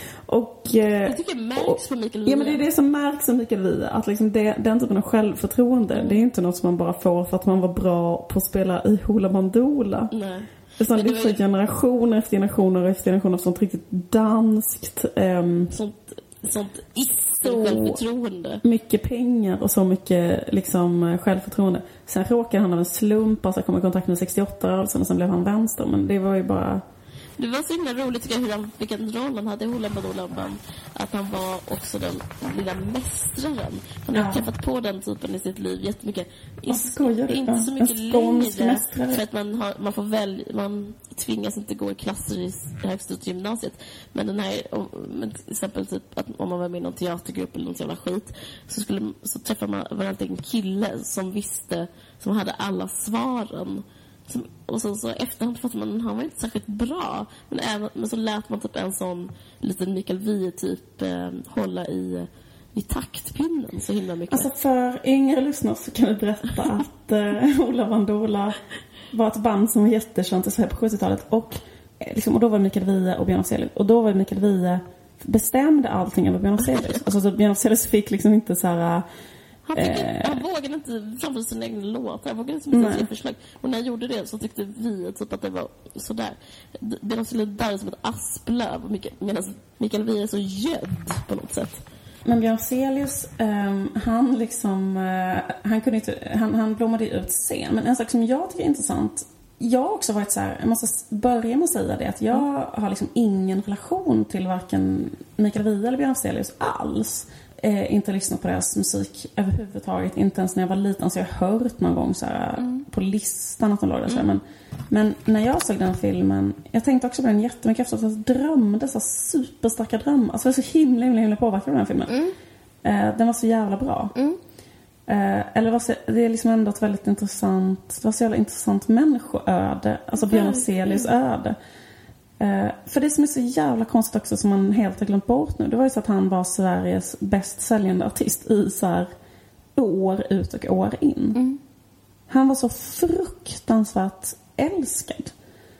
Och, eh, jag tycker det märks på Mikael Wiehe. Ja, men det är det som märks på Mikael Wiehe. Att liksom det, den typen av självförtroende, mm. det är inte något som man bara får för att man var bra på att spela i Hoola Bandoola. Nej. Utan det är så generationer efter generationer efter generationer av sånt riktigt danskt um, sånt, sånt självförtroende. Mycket pengar och så mycket liksom självförtroende. Sen råkade han av en slump alltså komma i kontakt med sextioåtta-rörelsen och sen blev han vänster. Men det var ju bara... Det var så himla roligt tycker jag hur han, vilken roll han hade i Hoola Bandoola, att han var också den lilla mästraren. Han har ja. träffat på den typen i sitt liv jättemycket. Skojar, inte ja. så mycket längre för att man, har, man får välja, man tvingas inte gå i klasser i högstadiegymnasiet. Men den här, men till exempel typ att om man var med i någon teatergrupp eller något jävla skit, så, skulle, så träffade man var alltid en kille som visste, som hade alla svaren. Som, och sen så efterhand fattar man han var inte särskilt bra, men, även, men så lät man typ en sån liten Mikael Wiehe typ eh, hålla i, i taktpinnen så himla mycket. Alltså för yngre lyssnare så kan vi berätta att eh, Hoola Bandoola var ett band som var jättekänt i Sverige på sjuttiotalet och, eh, liksom, och då var Mikael Wiehe och Björn Afzelius och då var Mikael Wiehe bestämde allting över Björn Afzelius. Alltså så Björn Afzelius fick liksom inte så här. Han, fick, eh, han vågade inte framföra sin egen låt. Han vågade inte inte ge förslag. Och när jag gjorde det så tyckte vi typ att det var sådär. Det var så där som ett asplöv. Medan Mikael Wiehe är så gödd på något sätt. Men Björn Afzelius, um, han liksom... Uh, han, kunde inte, han, han blommade ut scen. Men en sak som jag tycker är intressant... Jag har också varit så här... Jag måste börja med att säga det. Att jag mm. har liksom ingen relation till varken Mikael Wiehe eller Björn Afzelius alls. Eh, inte lyssnat på deras musik överhuvudtaget, inte ens när jag var liten, så jag har hört någon gång så här, mm. på listan att de låg där, mm. men, men när jag såg den filmen, jag tänkte också på den jättemycket efter att jag drömde så superstarka drömmar, alltså jag var så himla himla, himla påverkad av den filmen. Mm. eh, den var så jävla bra. Mm. Eh, eller var så, det är liksom ändå ett väldigt intressant, det var så jävla intressant människoöde. Alltså Björn Afzelius öde. Eh, för det som är så jävla konstigt också, som man helt har glömt bort nu, det var ju så att han var Sveriges bäst säljande artist i så här år ut och år in. Mm. Han var så fruktansvärt älskad.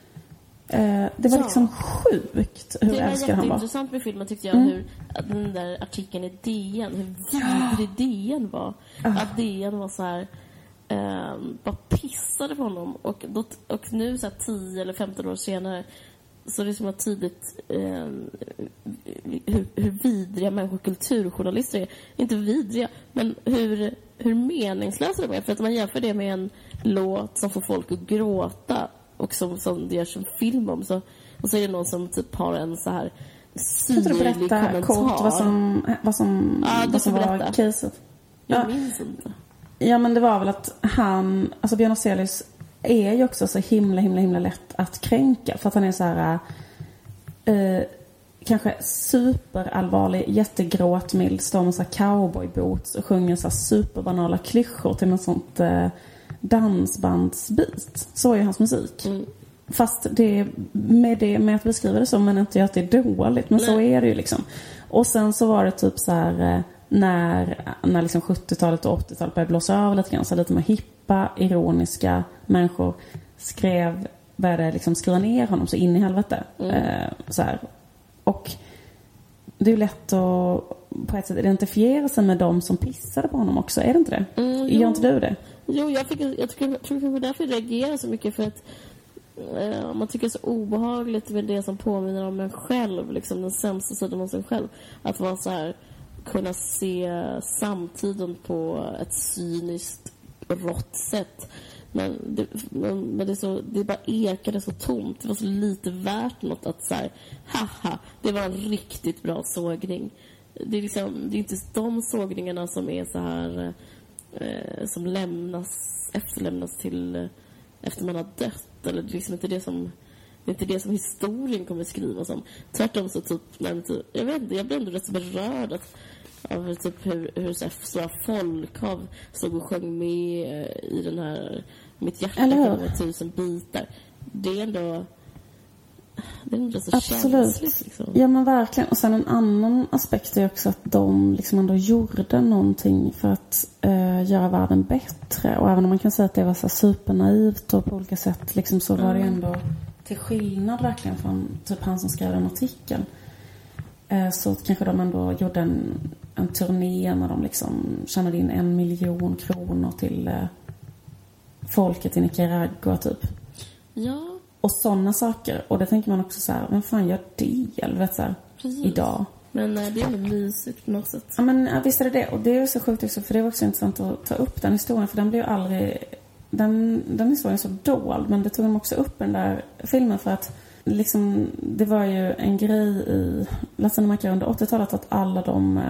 Eh, det var ja. liksom sjukt hur älskad han var. Det var jätteintressant med filmen, tyckte jag, mm. hur den där artikeln i D N, hur vidrig D N var. Uh. Att D N var så här eh, bara pissade på honom. Och, då, och nu så här tio eller femton år senare så det är som att tidigt eh, hur, hur vidriga människor kulturjournalister är. Inte vidriga, men hur, hur meningslösa de är. För att man jämför det med en låt som får folk att gråta och som, som det görs en film om. Så, och så är det någon som typ har en så här syrlig kommentar. Kan du berätta kort vad som, vad som, ja, vad som var caset? Jag ja. minns inte. Ja, men det var väl att han, alltså Björn Afzelius är ju också så himla, himla, himla lätt att kränka. För att han är så här eh, kanske superallvarlig, jättegråtmild, står med så här cowboyboots och sjunger så här superbanala klyschor till något sånt eh, dansbandsbit. Så är hans musik. Mm. Fast det med, det med att beskriva det så, men inte att det är dåligt. Men Nej. så är det ju liksom. Och sen så var det typ så här eh, när, när liksom sjuttiotalet och åttiotalet började blåsa över lite grann, så lite mer hippa, ironiska människor skrev, började liksom skriva ner honom så in i helvete. Mm. Eh, så här. Och det är ju lätt att på ett sätt identifiera sig med dem som pissade på honom också, är det inte det? Mm, Gör inte du det? Jo, jag, fick, jag, tycker, jag tror att det var därför jag reagerar så mycket, för att eh, man tycker det är så obehagligt med det som påminner om en själv, liksom den sämsta sidan av sig själv. Att vara så här, kunna se samtiden på ett cyniskt, rått sätt. Men det, men, men det, är så, det bara ekade så tomt. Det var så lite värt något att så här, haha, det var en riktigt bra sågning. Det är, liksom, det är inte de sågningarna som är så här eh, som lämnas, efterlämnas till eh, efter man har dött. Eller det är liksom inte det som, det är inte det som historien kommer skrivas om. Tvärtom så typ, nej, typ jag vet inte, jag blev ändå rätt så berörd att av typ hur, hur så, så folkhav såg och sjöng med i den här Mitt hjärta med tusen bitar. Det är ändå det är ändå så absolut känsligt, liksom. Ja, men verkligen. Och sen en annan aspekt är också att de liksom ändå gjorde någonting för att uh, göra världen bättre. Och även om man kan säga att det var så supernaivt och på olika sätt liksom, så var det ändå till skillnad verkligen från typ han som skrev en artikel. Uh, så kanske de ändå gjorde en en turné när de liksom tjänade in en miljon kronor till eh, folket i Nicaragua typ. Ja. Och sådana saker. Och det tänker man också så här, vem fan gör det? Eller vet så här, idag. Men äh, det är mysigt på något sätt. Ja, men ja, visst är det det. Och det är så sjukt också, för det var också intressant att ta upp den historien. För den blev ju aldrig, den, den historien är så dold. Men det tog de också upp den där filmen för att liksom, det var ju en grej i Latinamerika under åttiotalet att alla de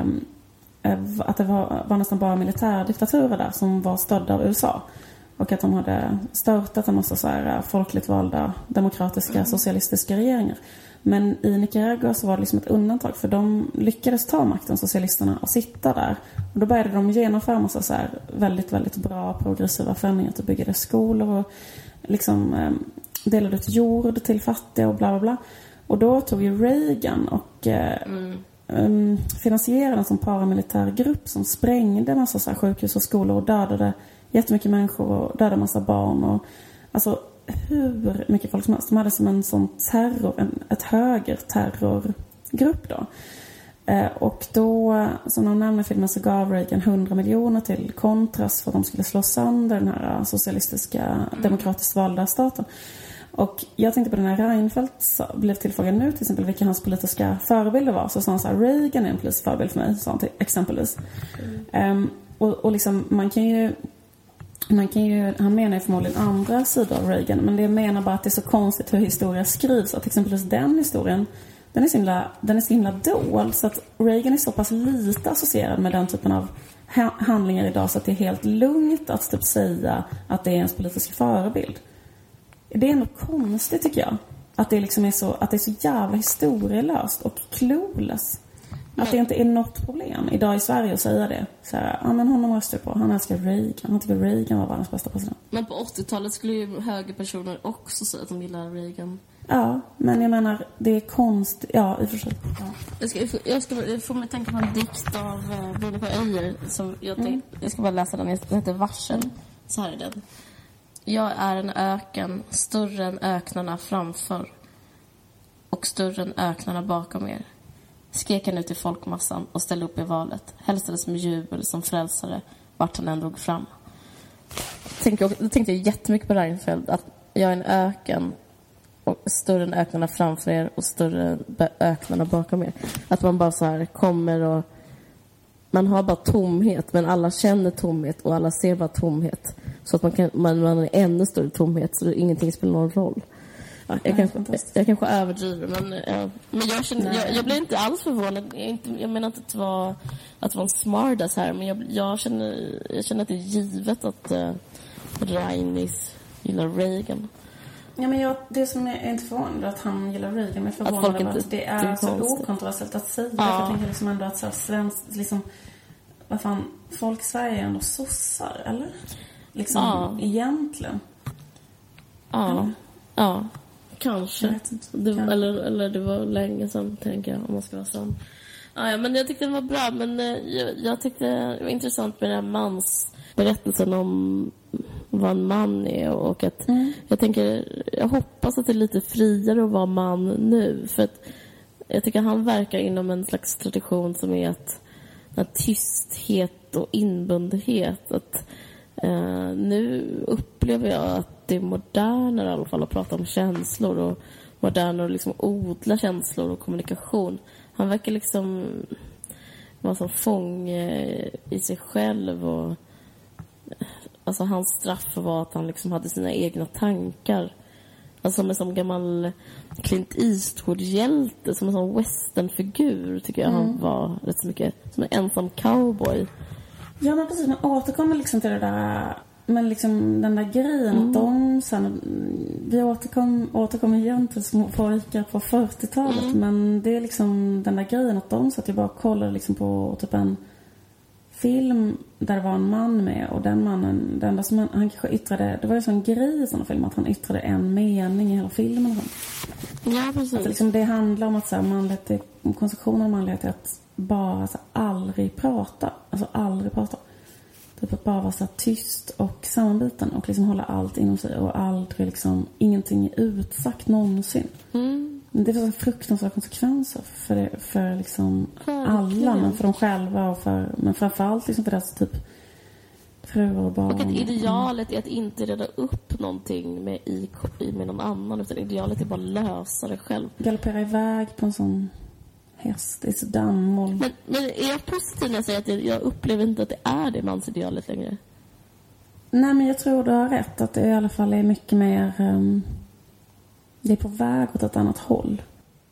att det var, var nästan bara militärdiktaturer där som var stödda av U S A. Och att de hade störtat en massa så här folkligt valda demokratiska mm. socialistiska regeringar. Men i Nicaragua så var det liksom ett undantag, för de lyckades ta makten, socialisterna, och sitta där. Och då började de genomföra massa så här väldigt, väldigt bra progressiva förändringar. Att bygga skolor och liksom eh, delade ut jord till fattiga och bla bla bla. Och då tog ju Reagan och eh, mm. um, finansierade en sån paramilitär grupp som sprängde massa så här sjukhus och skolor och dödade jättemycket människor och dödade massa barn. Och alltså hur mycket folk som helst. De hade som en sån terror, en, ett högerterrorgrupp då. Eh, och då, som de nämnde i filmen, så gav Reagan hundra miljoner till Contras för att de skulle slå sönder den här socialistiska, mm. demokratiskt valda staten. Och jag tänkte på den här Reinfeldt blev tillfrågad nu till exempel vilka hans politiska förebilder var. Så sa han så här, Reagan är en politisk förebild för mig, sa han till, exempelvis. Mm. Um, och, och liksom man kan ju Man kan ju, han menar ju förmodligen andra sidor av Reagan, men det menar bara att det är så konstigt hur historia skrivs. Att exempelvis den historien, den är så himla, den är så himla dold, så att Reagan är så pass lite associerad med den typen av handlingar idag, så att det är helt lugnt att typ säga att det är ens politiska förebild. Det är ändå konstigt, tycker jag, att det liksom är så, att det är så jävla historielöst och clueless. Att det inte är något problem idag i Sverige att säga det. Så här, ja men honom röstar på. Han älskar Reagan. Han tycker Reagan var världens bästa president. Men på åttiotalet skulle ju högerpersoner också säga att de gillar Reagan. Ja, men jag menar, det är konst... Ja, i och för sig. Ja. Jag ska, jag ska jag får mig tänka på en dikt av uh, Veronica Öijer. Som jag, tänk, mm. jag ska bara läsa den. Den heter Varsel. Så här är den. Jag är en öken, större än öknarna framför. Och större än öknarna bakom er. Skrek han ut i folkmassan och ställde upp i valet. Hälsades med jubel som frälsare vart han än drog fram. Tänkte, då tänkte jag jättemycket på Reinfeldt. Att jag är en öken och större än öknarna framför er och större än öknarna bakom er. Att man bara så här kommer och man har bara tomhet, men alla känner tomhet och alla ser bara tomhet. Så att man, kan, man, man är ännu större tomhet så ingenting spelar någon roll. Ja, jag, kanske, jag, jag kanske överdriver, men, ja. men jag, känner, jag, jag blev inte alls förvånad. Jag, inte, jag menar inte att det var, att det var en smartass här, men jag, jag, känner, jag känner att det är givet att uh, Reinis gillar Reagan. Ja, men jag, det som är inte förvånad att han gillar Reagan, men förvånad att, att det är så okontroversiellt att säga. Ja. Jag tänker liksom ändå att så här, svensk, liksom, vad fan, folk i Sverige är ändå sossar, eller? Liksom, ja. Egentligen. Ja, eller? Ja. Kanske. Det, eller, eller det var länge sedan, tänker jag, om man ska vara sån. Ah, ja, men jag tyckte den var bra. Men eh, jag, jag tyckte det var intressant med den här mans berättelsen om vad en man är. Och att mm. jag tänker, jag hoppas att det är lite friare att vara man nu. För att jag tycker han verkar inom en slags tradition som är att, att tysthet och inbundenhet. Att eh, nu upplever jag att det är modernare i alla fall att prata om känslor och modernare att liksom odla känslor och kommunikation. Han verkar liksom vara som fånge i sig själv och alltså hans straff var att han liksom hade sina egna tankar. Alltså som en sån gammal Clint Eastwood-hjälte, som en sån westernfigur tycker jag mm. han var rätt så mycket. Som en ensam cowboy. Ja, men precis, man återkommer liksom till det där. Men liksom den där grejen mm. att de sen, vi återkom, återkom igen till små pojkar på fyrtiotalet mm. men det är liksom den där grejen att de satt ju bara och kollade liksom på typ en film där det var en man med och den mannen, den där som han, han kanske yttrade, det var ju sån grej i såna film att han yttrade en mening i hela filmen. Ja, precis. Att liksom det handlar om att så här, manlighet är, konstruktionen av manlighet är att bara så här, aldrig prata, alltså aldrig prata. Typ att bara vara så tyst och sammanbiten och liksom hålla allt inom sig och aldrig liksom, ingenting är utsagt någonsin. Mm. Det får så fruktansvärda konsekvenser för, det, för liksom alla, men för dem själva och för, men framförallt liksom för deras typ fruar och barn. Och att idealet är att inte reda upp någonting med, i, med någon annan, utan idealet är bara lösa det själv. Galoppera iväg på en sån häst i dammoln. Men, men är jag positiv när jag säger att jag, jag upplever inte att det är det mansidealet längre? Nej, men jag tror du har rätt att det i alla fall är mycket mer um, det är på väg åt ett annat håll.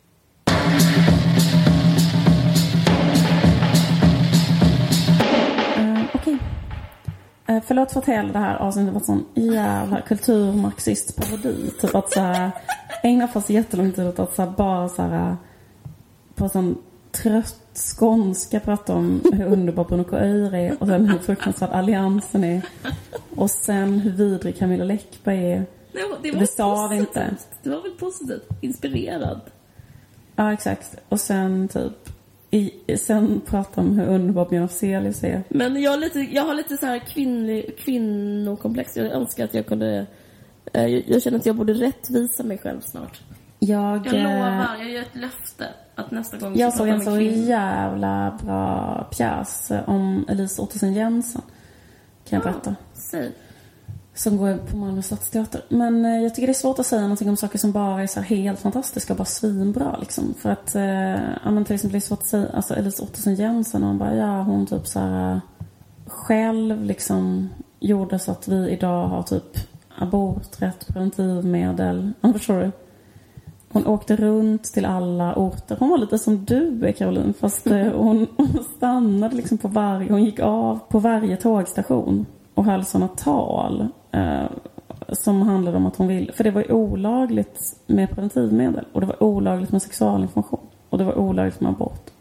Uh, Okej okay. uh, Förlåt för att hela det här avsnittet var sån jävla kulturmarxist-parodi. Typ att så här ägna fast jättelång tid åt att så här, bara så här på sån trött skånska prata om hur underbar Bruno K. Öijer är och sen hur fruktansvärd Alliansen är och sen hur vidrig Camilla Läckberg är. Det, var, det, var det sa vi inte. Det var väl positivt. Inspirerad. Ja, exakt. Och sen typ i, sen prata om hur underbar Björn Afzelius är. Men jag har lite, jag har lite så här kvinnlig, kvinnokomplex. Jag önskar att jag kunde jag, jag känner att jag borde rättvisa mig själv snart. Jag, jag lovar, jag gör ett löfte att nästa gång jag såg en så jävla bra pjäs om Elise Ottesen-Jensen. Kan jag ja, berätta. Säg. Som går på Malmö Stadsteater. Men eh, jag tycker det är svårt att säga någonting om saker som bara är så här helt fantastiska och bara svinbra liksom. För att, eh, ja men till exempel det är svårt att säga, alltså Elise Ottesen-Jensen och hon bara, ja hon typ så här själv liksom gjorde så att vi idag har typ aborträtt, preventivmedel. Ja, förstår du? Hon åkte runt till alla orter. Hon var lite som du är, Caroline. Fast eh, hon, hon stannade liksom på varje... Hon gick av på varje tågstation och höll såna tal eh, som handlade om att hon ville... För det var ju olagligt med preventivmedel. Och det var olagligt med sexualinformation. Och det var olagligt med abort.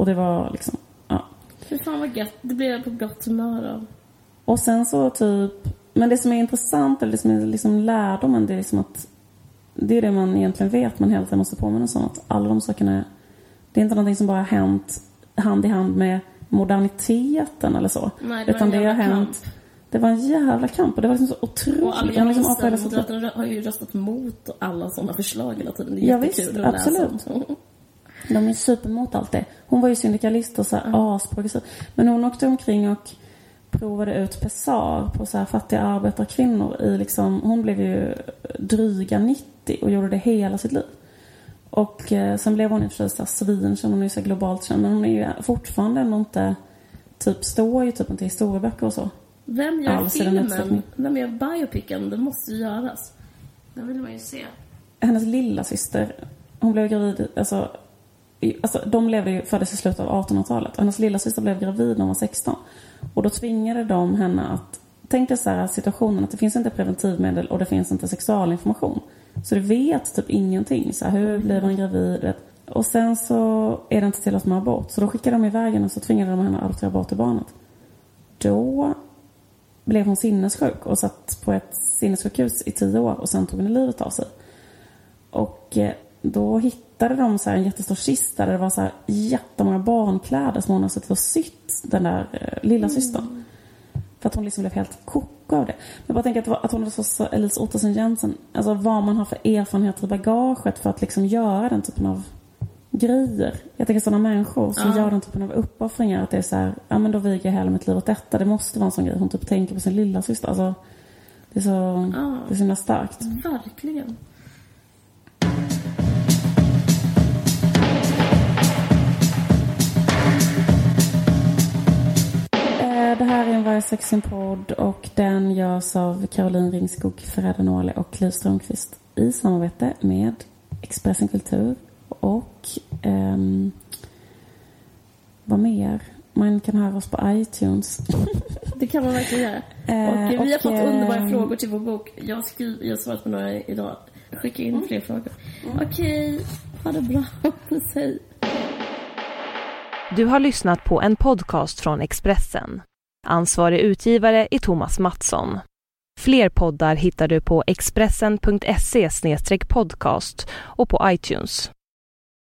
Och det var liksom, ja. Fy fan vad gött. Det blev jag på gott humör av. Och sen så typ, men det som är intressant, eller det som är liksom lärdomen, det är liksom att det är det man egentligen vet, men hela tiden måste påminna om att alla de sakerna, det är inte någonting som bara har hänt hand i hand med moderniteten eller så. Nej, det utan det har hänt kamp. Det var en jävla kamp och det var liksom så otroligt. Och Alliansen, liksom Moderaterna har ju röstat mot alla sådana förslag hela tiden. Det är ja, jättekul visst, att absolut. läsa. De är supermot allt det. Hon var ju syndikalist och så här mm. asprogressiv. Men hon åkte omkring och provade ut pessar på så här fattiga arbetarkvinnor i liksom, hon blev ju dryga nittio och gjorde det hela sitt liv. Och eh, sen blev hon i och för sig så här svin, som hon är ju så globalt känd, men hon är ju fortfarande ändå inte typ, står ju typ inte i historieböcker och så. Vem gör Alls filmen? Vem gör biopicen? Det måste ju göras. Den vill man ju se. Hennes lilla syster, hon blev gravid, alltså, i, alltså de levde ju, föddes i slutet av artonhundratalet. Hennes lilla syster blev gravid när hon var sexton. Och då tvingade de henne att, tänk dig så här situationen att det finns inte preventivmedel och det finns inte sexualinformation. Så du vet typ ingenting. Så här, hur blir man gravid? Och sen så är det inte tillåtet med abort. Så då skickade de iväg henne och så tvingade de henne att adoptera bort till barnet. Då blev hon sinnessjuk och satt på ett sinnessjukhus i tio år och sen tog hon livet av sig. Och då hittade de så här en jättestor kista där det var så här jättemånga barnkläder som hon har suttit och sytt, den där eh, lilla systern. Mm. För att hon liksom blev helt koko av det. Men jag bara tänker att, det var, att hon hade så, så Elise Ottesen-Jensen, alltså vad man har för erfarenheter i bagaget för att liksom göra den typen av grejer. Jag tänker sådana människor som ja. gör den typen av uppoffringar, att det är så här, ja men då viger jag hela mitt liv åt detta. Det måste vara en sån grej. Hon typ tänker på sin lilla syster. Alltså, det är så, ja. det är så himla starkt. Verkligen. Det här är en Vargsexen-podd och den görs av Caroline Ringskog, Ferrada Nåle och Liv Strömqvist i samarbete med Expressen Kultur och um, vad mer? Man kan höra oss på iTunes. Det kan man verkligen göra. Och, och vi har fått underbara frågor till vår bok. Jag skriver, jag har svarat på några idag. Skicka in mm. fler frågor. Mm. Okej, ha det bra. Säg. Du har lyssnat på en podcast från Expressen. Ansvarig utgivare är Thomas Mattsson. Fler poddar hittar du på expressen punkt se slash podcast och på iTunes.